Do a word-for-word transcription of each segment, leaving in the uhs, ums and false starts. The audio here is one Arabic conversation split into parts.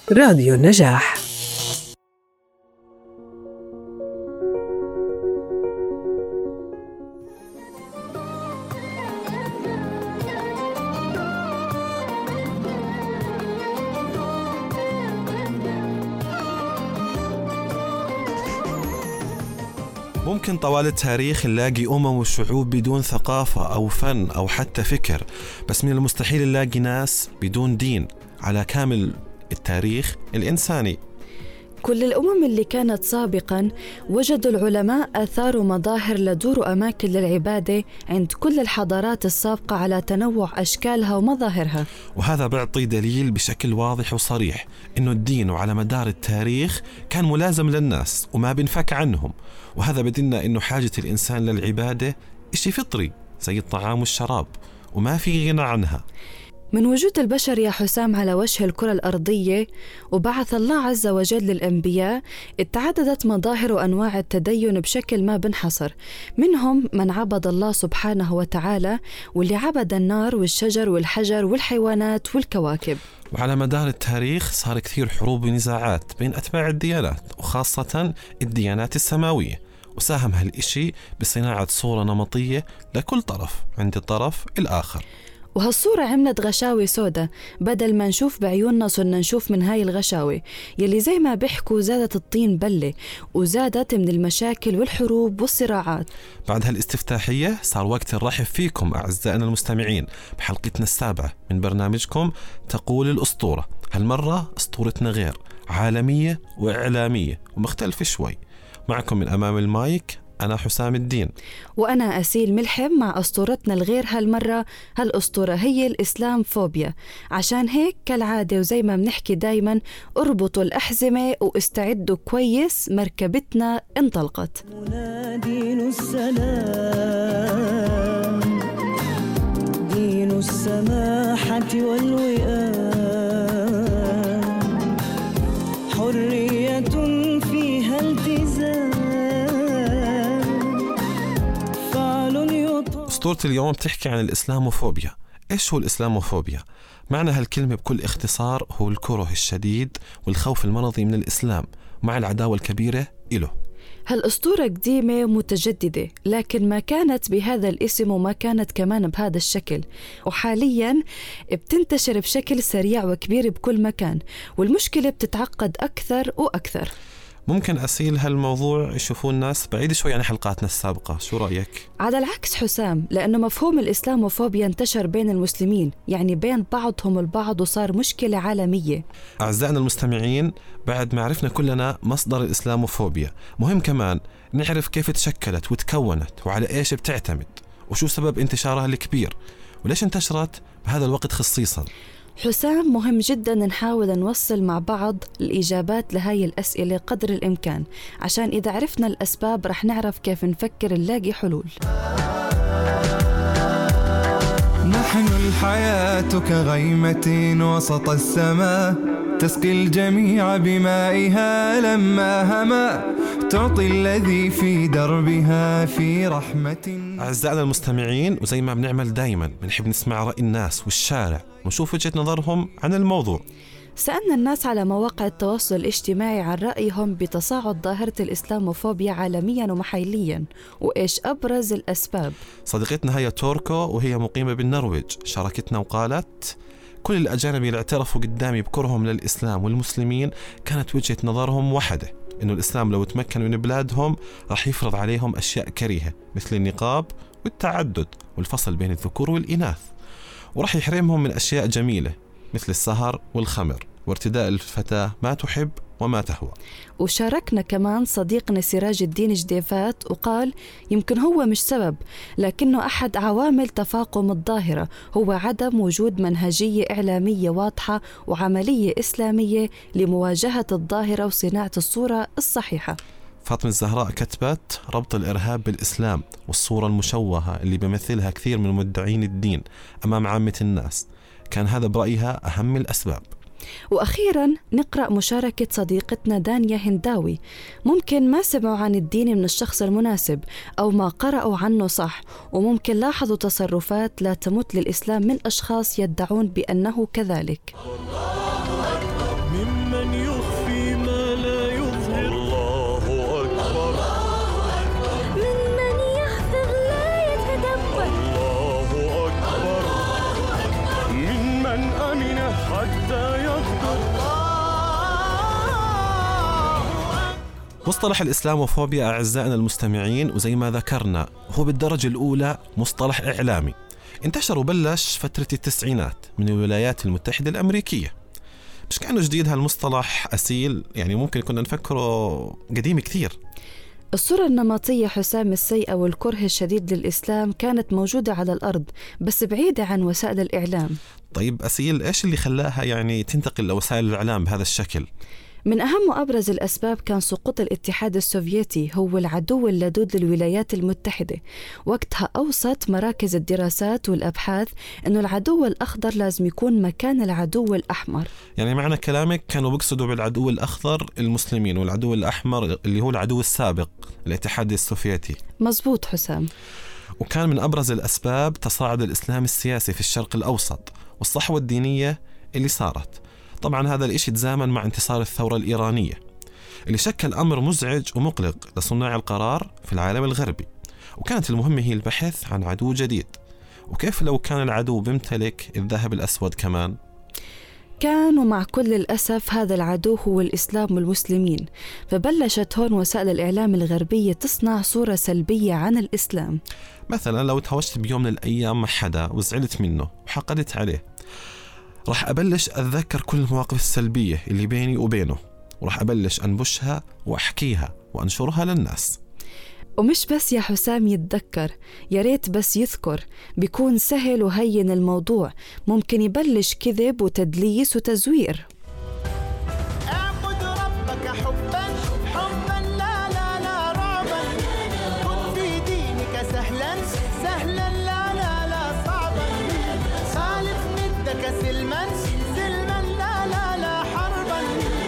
راديو النجاح. ممكن طوال التاريخ نلاقي أمم وشعوب بدون ثقافة أو فن أو حتى فكر، بس من المستحيل نلاقي ناس بدون دين على كامل التاريخ الإنساني. كل الأمم اللي كانت سابقاً وجدوا العلماء آثار ومظاهر لدور أماكن للعبادة عند كل الحضارات السابقة على تنوع أشكالها ومظاهرها، وهذا بيعطي دليل بشكل واضح وصريح إنه الدين وعلى مدار التاريخ كان ملازم للناس وما بنفك عنهم، وهذا بدلنا إنه حاجة الإنسان للعبادة إشي فطري زي الطعام والشراب وما في غنى عنها. من وجود البشر يا حسام على وجه الكرة الأرضية وبعث الله عز وجل للأنبياء، اتعددت مظاهر وأنواع التدين بشكل ما بنحصر. منهم من عبد الله سبحانه وتعالى، واللي عبد النار والشجر والحجر والحيوانات والكواكب. وعلى مدار التاريخ صار كثير حروب ونزاعات بين أتباع الديانات، وخاصة الديانات السماوية، وساهم هالإشي بصناعة صورة نمطية لكل طرف عند الطرف الآخر. وهالصورة عملت غشاوي سودة، بدل ما نشوف بعيوننا صرنا نشوف من هاي الغشاوي يلي زي ما بيحكوا زادت الطين بلة، وزادت من المشاكل والحروب والصراعات. بعد هالاستفتاحية صار وقت الرحب فيكم أعزائنا المستمعين بحلقتنا السابعة من برنامجكم تقول الأسطورة. هالمرة أسطورتنا غير عالمية وإعلامية ومختلفة شوي. معكم من أمام المايك أنا حسام الدين، وأنا أسيل ملحم مع أسطورتنا الغير. هالمرة هالأسطورة هي الإسلام فوبيا. عشان هيك كالعادة وزي ما بنحكي دايما، اربطوا الأحزمة واستعدوا كويس، مركبتنا انطلقت. دين السلام، دين السماحة والوئام، حرية فيها التزام. أسطورة اليوم بتحكي عن الإسلاموفوبيا. إيش هو الإسلاموفوبيا؟ معنى هالكلمة بكل اختصار هو الكره الشديد والخوف المرضي من الإسلام مع العداوة الكبيرة إله. هالأسطورة قديمة ومتجددة، لكن ما كانت بهذا الاسم وما كانت كمان بهذا الشكل، وحالياً بتنتشر بشكل سريع وكبير بكل مكان، والمشكلة بتتعقد أكثر وأكثر. ممكن أسيل هالموضوع يشوفون الناس بعيد شوي عن حلقاتنا السابقة، شو رأيك؟ على العكس حسام، لأنه مفهوم الإسلاموفوبيا انتشر بين المسلمين، يعني بين بعضهم البعض، وصار مشكلة عالمية. أعزائنا المستمعين، بعد ما عرفنا كلنا مصدر الإسلاموفوبيا، مهم كمان نعرف كيف تشكلت وتكونت وعلى إيش بتعتمد وشو سبب انتشارها الكبير وليش انتشرت بهذا الوقت خصيصاً. حسام، مهم جدا نحاول نوصل مع بعض الإجابات لهاي الأسئلة قدر الإمكان، عشان إذا عرفنا الأسباب رح نعرف كيف نفكر نلاقي حلول. نحن الحياة كغيمة وسط السماء، تسقي الجميع بمائها لما هما، تعطي الذي في دربها في رحمة. أعزائنا المستمعين، وزي ما بنعمل دايما بنحب نسمع رأي الناس والشارع ونشوف وجهة نظرهم عن الموضوع. سألنا الناس على مواقع التواصل الاجتماعي عن رأيهم بتصاعد ظاهرة الإسلاموفوبيا عالميا ومحليا، وإيش أبرز الأسباب. صديقتنا هي توركو وهي مقيمة بالنرويج شاركتنا وقالت: كل الأجانب اللي اعترفوا قدامي بكرههم للإسلام والمسلمين كانت وجهة نظرهم واحدة، إنه الإسلام لو تمكن من بلادهم راح يفرض عليهم أشياء كريهة مثل النقاب والتعدد والفصل بين الذكور والإناث، وراح يحرمهم من أشياء جميلة مثل السهر والخمر وارتداء الفتاة ما تحب وما تهوى. وشاركنا كمان صديقنا سراج الدين جديفات وقال يمكن هو مش سبب، لكنه أحد عوامل تفاقم الظاهرة هو عدم وجود منهجية إعلامية واضحة وعملية إسلامية لمواجهة الظاهرة وصناعة الصورة الصحيحة. فاطمة الزهراء كتبت: ربط الإرهاب بالإسلام والصورة المشوهة اللي بيمثلها كثير من مدعين الدين أمام عامة الناس، كان هذا برأيها أهم الأسباب. وأخيراً نقرأ مشاركة صديقتنا دانيا هنداوي. ممكن ما سمعوا عن الدين من الشخص المناسب أو ما قرأوا عنه صح، وممكن لاحظوا تصرفات لا تمت للإسلام من أشخاص يدعون بأنه كذلك. ممن مصطلح الإسلاموفوبيا أعزائنا المستمعين وزي ما ذكرنا هو بالدرجة الأولى مصطلح إعلامي انتشر وبلش فترة التسعينات من الولايات المتحدة الأمريكية. مش كأنه جديد هالمصطلح أسيل، يعني ممكن كنا نفكره قديم كثير. الصورة النمطية حسام السيئة والكره الشديد للإسلام كانت موجودة على الأرض بس بعيدة عن وسائل الإعلام. طيب أسيل، إيش اللي خلاها يعني تنتقل لوسائل الإعلام بهذا الشكل؟ من أهم وأبرز الأسباب كان سقوط الاتحاد السوفيتي، هو العدو اللدود للولايات المتحدة. وقتها أوصت مراكز الدراسات والأبحاث أنه العدو الأخضر لازم يكون مكان العدو الأحمر. يعني معنى كلامك كانوا بيقصدوا بالعدو الأخضر المسلمين، والعدو الأحمر اللي هو العدو السابق الاتحاد السوفيتي. مزبوط حسام. وكان من أبرز الأسباب تصاعد الإسلام السياسي في الشرق الأوسط والصحوة الدينية اللي صارت. طبعا هذا الإشي تزامن مع انتصار الثورة الإيرانية اللي شكل أمر مزعج ومقلق لصناع القرار في العالم الغربي. وكانت المهمة هي البحث عن عدو جديد. وكيف لو كان العدو بيمتلك الذهب الأسود كمان؟ كان ومع كل الأسف هذا العدو هو الإسلام والمسلمين. فبلشت هون وسائل الإعلام الغربية تصنع صورة سلبية عن الإسلام. مثلا لو تهوشت بيوم من الأيام مع حدا وزعلت منه وحقدت عليه، راح أبلش أتذكر كل المواقف السلبية اللي بيني وبينه، وراح أبلش أنبشها وأحكيها وأنشرها للناس. ومش بس يا حسام يتذكر، يا ريت بس يذكر، بيكون سهل وهين الموضوع. ممكن يبلش كذب وتدليس وتزوير. اعبد ربك حبا حبا لا لا لا رعبا، كن في دينك سهلا سهلا لا لا لا صعبا، خالف ندك سلما سلما لا لا لا حربا،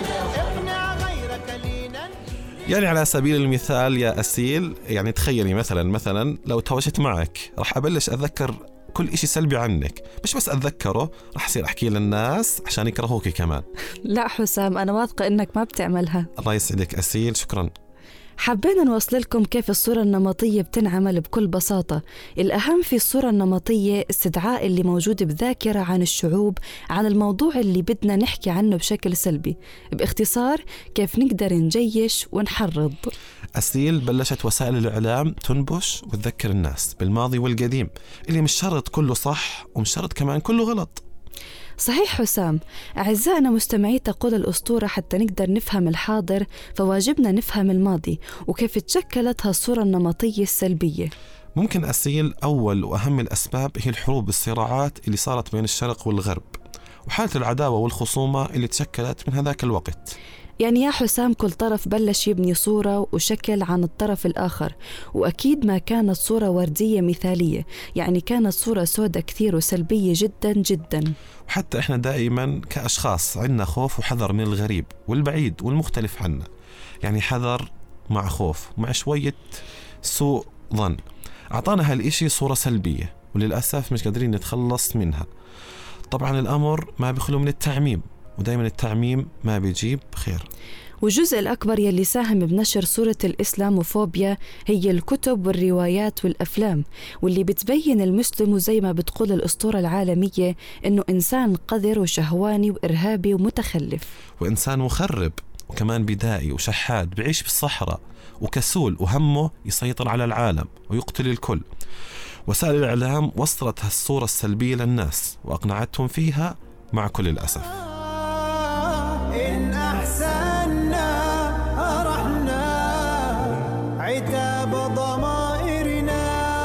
اقنع غيرك لينا. يعني على سبيل المثال يا أسيل، يعني تخيلي مثلا مثلا لو تهوشت معك راح أبلش أتذكر كل إشي سلبي عنك، مش بس أتذكره، راح أصير أحكي للناس عشان يكرهوك كمان. لا حسام، أنا واثقة إنك ما بتعملها. الله يسعدك أسيل، شكرا. حبينا نوصل لكم كيف الصورة النمطية بتنعمل بكل بساطة. الأهم في الصورة النمطية استدعاء اللي موجود بذاكرة عن الشعوب عن الموضوع اللي بدنا نحكي عنه بشكل سلبي. باختصار كيف نقدر نجيش ونحرض. أسيل، بلشت وسائل الإعلام تنبش وتذكر الناس بالماضي والقديم اللي مش شرط كله صح ومش شرط كمان كله غلط. صحيح حسام. أعزائنا مستمعي تقول الأسطورة حتى نقدر نفهم الحاضر فواجبنا نفهم الماضي وكيف تشكلت هالصورة النمطية السلبية. ممكن أسيل أول وأهم الأسباب هي الحروب والصراعات اللي صارت بين الشرق والغرب وحالة العداوة والخصومة اللي تشكلت من هذاك الوقت. يعني يا حسام كل طرف بلش يبني صورة وشكل عن الطرف الآخر، وأكيد ما كانت صورة وردية مثالية، يعني كانت صورة سودة كثير وسلبية جدا جدا. وحتى إحنا دائما كأشخاص عندنا خوف وحذر من الغريب والبعيد والمختلف عنا، يعني حذر مع خوف مع شوية سوء ظن. أعطانا هالإشي صورة سلبية وللأسف مش قادرين نتخلص منها. طبعا الأمر ما بيخلو من التعميم، ودائما التعميم ما بيجيب خير. والجزء الأكبر يلي ساهم بنشر صورة الإسلاموفوبيا هي الكتب والروايات والأفلام، واللي بتبين المسلم زي ما بتقول الأسطورة العالمية إنه إنسان قذر وشهواني وإرهابي ومتخلف وإنسان مخرب وكمان بدائي وشحات بعيش بالصحراء وكسول وهمه يسيطر على العالم ويقتل الكل. وسائل الإعلام وصلت هالصورة السلبية للناس وأقنعتهم فيها مع كل الأسف. إن أحسننا أرحنا عتاب ضمائرنا،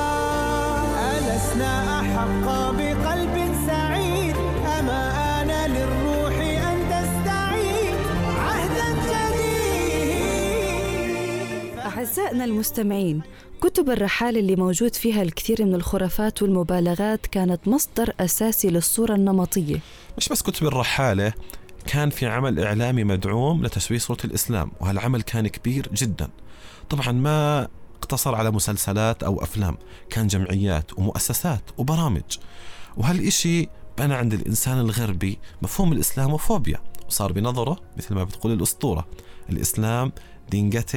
ألسنا أحق بقلب سعيد، أما آن للروح أن تستعيد عهدا جديد. أعزائنا المستمعين، كتب الرحالة اللي موجود فيها الكثير من الخرافات والمبالغات كانت مصدر أساسي للصورة النمطية. مش بس كتب الرحالة، كان في عمل إعلامي مدعوم لتشويه صورة الإسلام، وهالعمل كان كبير جدا. طبعا ما اقتصر على مسلسلات أو أفلام، كان جمعيات ومؤسسات وبرامج. وهالإشي بنى عند الإنسان الغربي مفهوم الإسلاموفوبيا، وصار بنظره مثل ما بتقول الأسطورة الإسلام دين قتل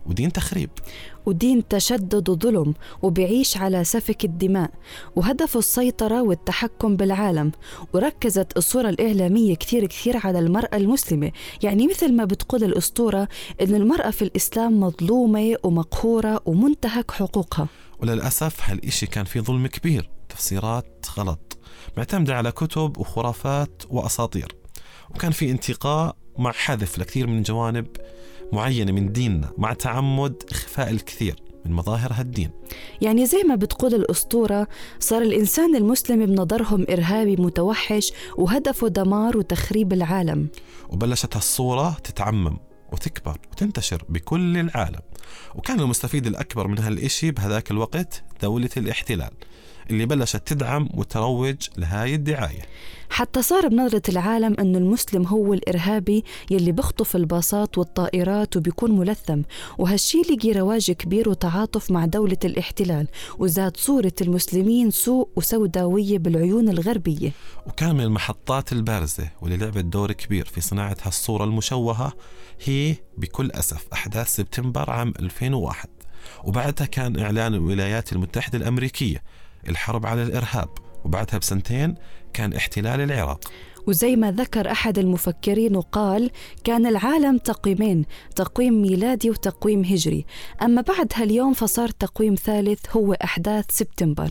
ودين تخريب ودين تشدد وظلم، وبيعيش على سفك الدماء، وهدفه السيطرة والتحكم بالعالم. وركزت الصورة الإعلامية كثير كثير على المرأة المسلمة، يعني مثل ما بتقول الأسطورة إن المرأة في الإسلام مظلومة ومقهورة ومنتهك حقوقها. وللأسف هالإشي كان فيه ظلم كبير، تفسيرات غلط معتمدة على كتب وخرافات وأساطير، وكان في انتقاء مع حذف لكثير من جوانب معينة من ديننا، مع تعمد إخفاء الكثير من مظاهر هالدين. يعني زي ما بتقول الأسطورة، صار الإنسان المسلم بنظرهم إرهابي متوحش وهدفه دمار وتخريب العالم. وبلشت هالصورة تتعمم وتكبر وتنتشر بكل العالم، وكان المستفيد الأكبر من هالإشي بهذاك الوقت دولة الاحتلال اللي بلشت تدعم وتروج لهاي الدعاية، حتى صار بنظرة العالم أنه المسلم هو الإرهابي يلي بيخطف الباصات والطائرات وبيكون ملثم. وهالشي لقي رواج كبير وتعاطف مع دولة الاحتلال، وزاد صورة المسلمين سوء وسوداوية بالعيون الغربية. وكان من المحطات البارزة واللي لعبت دور كبير في صناعة هالصورة المشوهة هي بكل أسف أحداث سبتمبر عام ألفين وواحد، وبعدها كان إعلان الولايات المتحدة الأمريكية الحرب على الإرهاب، وبعدها بسنتين كان احتلال العراق. وزي ما ذكر أحد المفكرين وقال كان العالم تقويمين، تقويم ميلادي وتقويم هجري، أما بعد هاليوم فصار تقويم ثالث هو أحداث سبتمبر.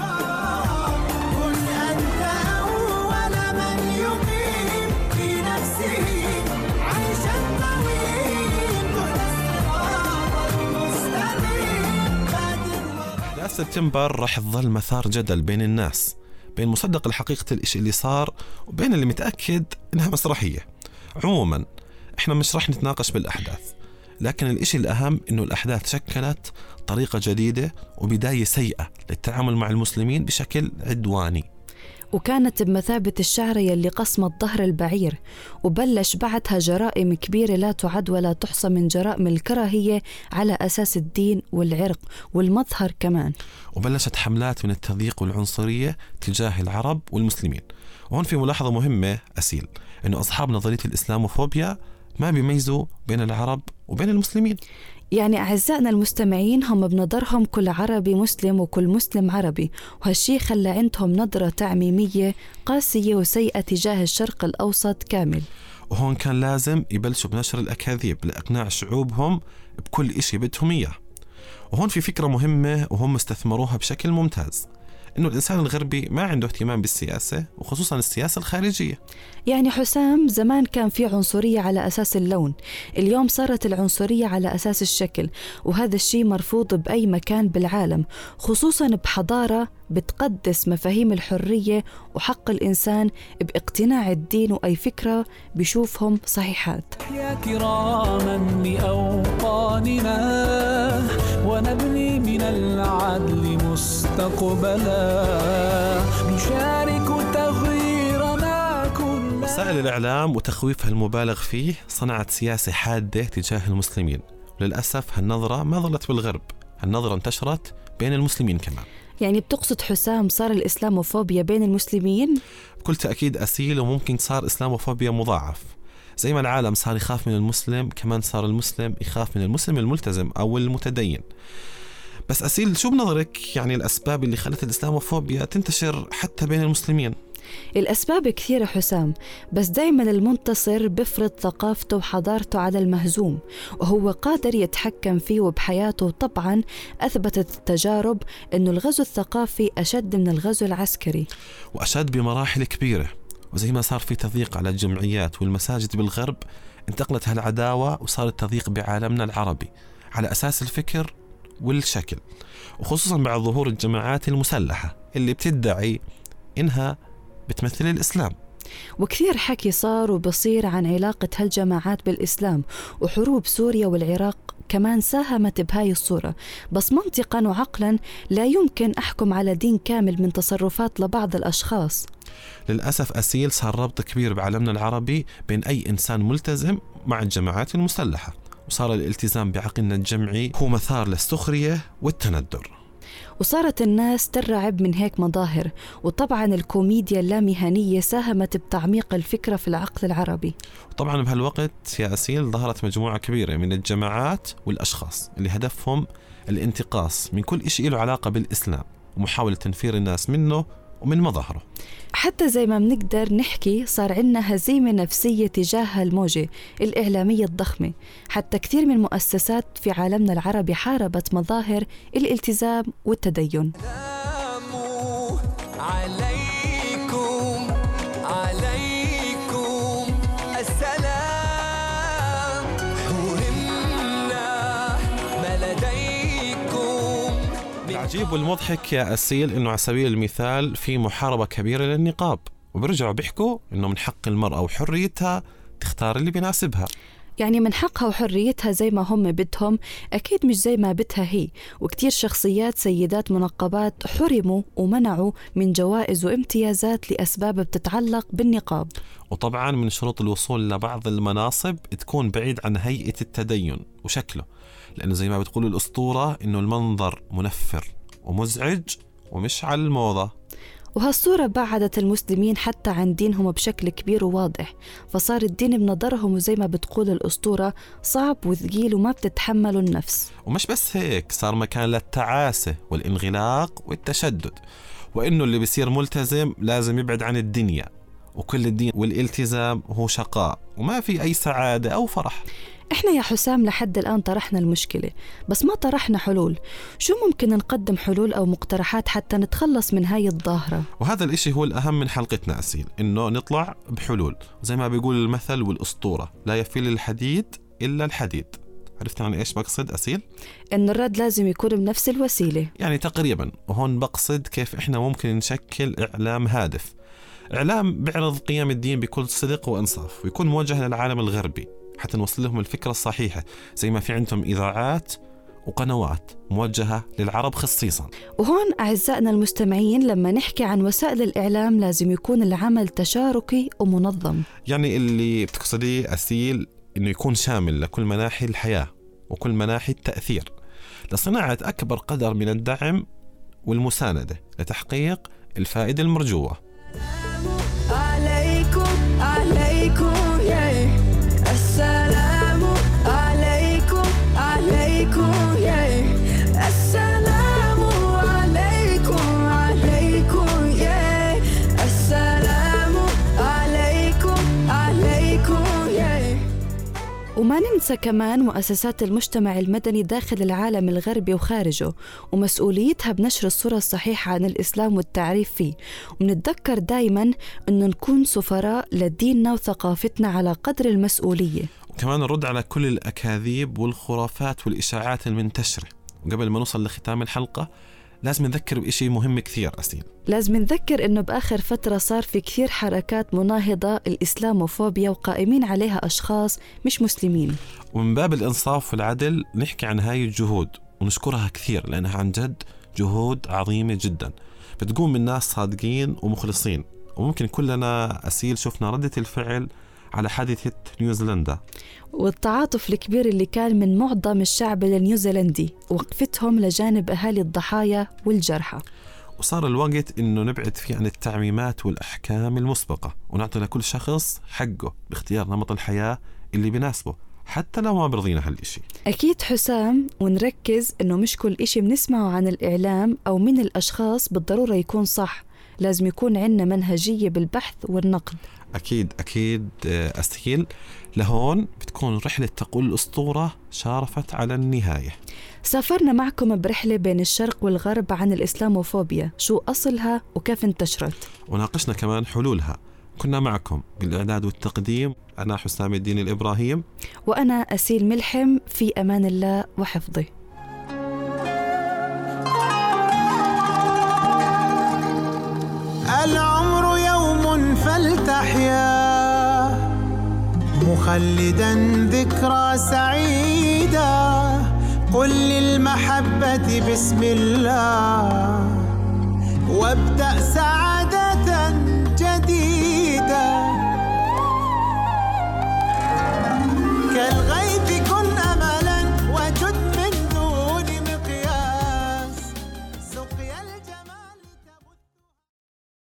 سبتمبر راح تظل مثار جدل بين الناس، بين مصدق الحقيقة الإشي اللي صار وبين اللي متأكد إنها مسرحية. عموما إحنا مش راح نتناقش بالأحداث، لكن الإشي الأهم إنه الأحداث شكلت طريقة جديدة وبداية سيئة للتعامل مع المسلمين بشكل عدواني، وكانت بمثابة الشعرة يلي قسمت ظهر البعير. وبلش بعدها جرائم كبيرة لا تعد ولا تحصى من جرائم الكراهية على أساس الدين والعرق والمظهر كمان. وبلشت حملات من التضييق والعنصرية تجاه العرب والمسلمين. وهون في ملاحظة مهمة أسيل، إنه أصحاب نظرية الإسلاموفوبيا ما بيميزوا بين العرب وبين المسلمين. يعني أعزائنا المستمعين هم بنظرهم كل عربي مسلم وكل مسلم عربي، وهالشي خلى عندهم نظرة تعميمية قاسية وسيئة تجاه الشرق الأوسط كامل. وهون كان لازم يبلشوا بنشر الأكاذيب لإقناع شعوبهم بكل إشي بدهم إياه. وهون في فكرة مهمة وهم استثمروها بشكل ممتاز، إنه الإنسان الغربي ما عنده اهتمام بالسياسة وخصوصا السياسة الخارجية. يعني حسام، زمان كان في عنصرية على أساس اللون، اليوم صارت العنصرية على أساس الشكل، وهذا الشيء مرفوض بأي مكان بالعالم، خصوصا بحضارة بتقدس مفاهيم الحرية وحق الإنسان باقتناع الدين وأي فكرة بيشوفهم صحيحات. يا كراما لأوطاننا ونبني من العدل مستقبلا نشارك تغييرنا كلنا. وسائل الإعلام وتخويفها المبالغ فيه صنعت سياسة حادة تجاه المسلمين، وللأسف هالنظرة ما ظلت بالغرب، هالنظرة انتشرت بين المسلمين كمان. يعني بتقصد حسام صار الإسلاموفوبيا بين المسلمين؟ بكل تأكيد أسيل، وممكن صار إسلاموفوبيا مضاعف. زي ما العالم صار يخاف من المسلم، كمان صار المسلم يخاف من المسلم الملتزم أو المتدين. بس أسيل، شو بنظرك يعني الأسباب اللي خلت الإسلاموفوبيا تنتشر حتى بين المسلمين؟ الأسباب كثيرة حسام، بس دايما المنتصر بفرض ثقافته وحضارته على المهزوم، وهو قادر يتحكم فيه وبحياته. طبعا أثبتت التجارب أنه الغزو الثقافي أشد من الغزو العسكري، وأشد بمراحل كبيرة. وزي ما صار في تضييق على الجمعيات والمساجد بالغرب، انتقلت هالعداوة وصار التضييق بعالمنا العربي على أساس الفكر والشكل، وخصوصا بعد ظهور الجماعات المسلحة اللي بتدعي إنها بتمثل الإسلام. وكثير حكي صار وبصير عن علاقة هالجماعات بالإسلام، وحروب سوريا والعراق كمان ساهمت بهاي الصورة. بس منطقاً وعقلاً لا يمكن أحكم على دين كامل من تصرفات لبعض الأشخاص. للأسف أسيل، صار ربط كبير بعالمنا العربي بين أي إنسان ملتزم مع الجماعات المسلحة، وصار الالتزام بعقلنا الجمعي هو مثار للسخرية والتندر. وصارت الناس ترعب من هيك مظاهر. وطبعا الكوميديا اللامهنية ساهمت بتعميق الفكرة في العقل العربي. وطبعا بهالوقت يا أسيل ظهرت مجموعة كبيرة من الجماعات والأشخاص اللي هدفهم الانتقاص من كل إشي له علاقة بالإسلام ومحاولة تنفير الناس منه ومن مظاهره. حتى زي ما بنقدر نحكي صار عنا هزيمة نفسية تجاه الموجة الإعلامية الضخمة. حتى كثير من المؤسسات في عالمنا العربي حاربت مظاهر الالتزام والتدين. عليكم عليكم السلام حرمنا ما لديكم. العجيب والمضحك يا أسيل إنه على سبيل المثال في محاربة كبيرة للنقاب، وبرجعوا بيحكوا إنه من حق المرأة وحريتها تختار اللي بيناسبها. يعني من حقها وحريتها زي ما هم بدهم، أكيد مش زي ما بدها هي. وكتير شخصيات سيدات منقبات حرموا ومنعوا من جوائز وامتيازات لأسباب بتتعلق بالنقاب. وطبعا من شروط الوصول لبعض المناصب تكون بعيد عن هيئة التدين وشكله، لأنه زي ما بتقول الأسطورة إنه المنظر منفر ومزعج ومش على الموضة. وهالصورة بعدت المسلمين حتى عن دينهم بشكل كبير وواضح، فصار الدين بنظرهم وزي ما بتقول الأسطورة صعب وثقيل وما بتتحمله النفس. ومش بس هيك، صار مكان للتعاسة والانغلاق والتشدد، وإنه اللي بيصير ملتزم لازم يبعد عن الدنيا، وكل الدين والالتزام هو شقاء وما في أي سعادة أو فرح. إحنا يا حسام لحد الآن طرحنا المشكلة بس ما طرحنا حلول. شو ممكن نقدم حلول أو مقترحات حتى نتخلص من هاي الظاهرة؟ وهذا الإشي هو الأهم من حلقتنا أسيل، إنه نطلع بحلول. زي ما بيقول المثل والأسطورة، لا يفيل الحديد إلا الحديد. عرفت عن إيش بقصد أسيل؟ إن الرد لازم يكون بنفس الوسيلة يعني تقريبا. وهون بقصد كيف إحنا ممكن نشكل إعلام هادف، إعلام بيعرض قيم الدين بكل صدق وإنصاف، ويكون موجه للعالم الغربي حتى نوصل لهم الفكرة الصحيحة، زي ما في عندهم إذاعات وقنوات موجهة للعرب خصيصا. وهون أعزائنا المستمعين لما نحكي عن وسائل الإعلام لازم يكون العمل تشاركي ومنظم. يعني اللي بتقصديه أسيل إنه يكون شامل لكل مناحي الحياة وكل مناحي التأثير، لصناعة أكبر قدر من الدعم والمساندة لتحقيق الفائدة المرجوة. عليكم عليكم يا السلام عليكم عليكم يا السلام عليكم عليكم يا السلام عليكم عليكم يا. وما ننسى كمان مؤسسات المجتمع المدني داخل العالم الغربي وخارجه، ومسؤوليتها بنشر الصورة الصحيحة عن الإسلام والتعريف فيه. ونتذكر دايما أنه نكون سفراء لديننا وثقافتنا على قدر المسؤولية. وكمان نرد على كل الأكاذيب والخرافات والإشاعات المنتشرة. وقبل ما نوصل لختام الحلقة لازم نذكر بإشي مهم كثير أسيل. لازم نذكر إنه بآخر فترة صار في كثير حركات مناهضة الإسلاموفوبيا وقائمين عليها أشخاص مش مسلمين. ومن باب الإنصاف والعدل نحكي عن هاي الجهود ونشكرها كثير، لأنها عن جد جهود عظيمة جدا بتقوم من ناس صادقين ومخلصين. وممكن كلنا أسيل شفنا ردة الفعل على حادثة نيوزيلندا والتعاطف الكبير اللي كان من معظم الشعب النيوزيلندي ووقفتهم لجانب أهالي الضحايا والجرحى. وصار الوقت إنه نبعد فيه عن التعميمات والأحكام المسبقة، ونعطي لكل شخص حقه باختيار نمط الحياة اللي بيناسبه حتى لو ما برضينا هالإشي. أكيد حسام، ونركز إنه مش كل إشي بنسمعه عن الإعلام أو من الأشخاص بالضرورة يكون صح. لازم يكون عندنا منهجية بالبحث والنقد. أكيد أكيد أسيل. لهون بتكون رحلة تقول الأسطورة شارفت على النهاية. سافرنا معكم برحلة بين الشرق والغرب عن الإسلاموفوبيا، شو أصلها وكيف انتشرت، وناقشنا كمان حلولها. كنا معكم بالإعداد والتقديم أنا حسام الدين الإبراهيم، وأنا أسيل ملحم. في أمان الله وحفظه. العمر يوم فلتحيا مخلدا ذكرى سعيدة. قل للمحبة بسم الله وابدأ سعادة.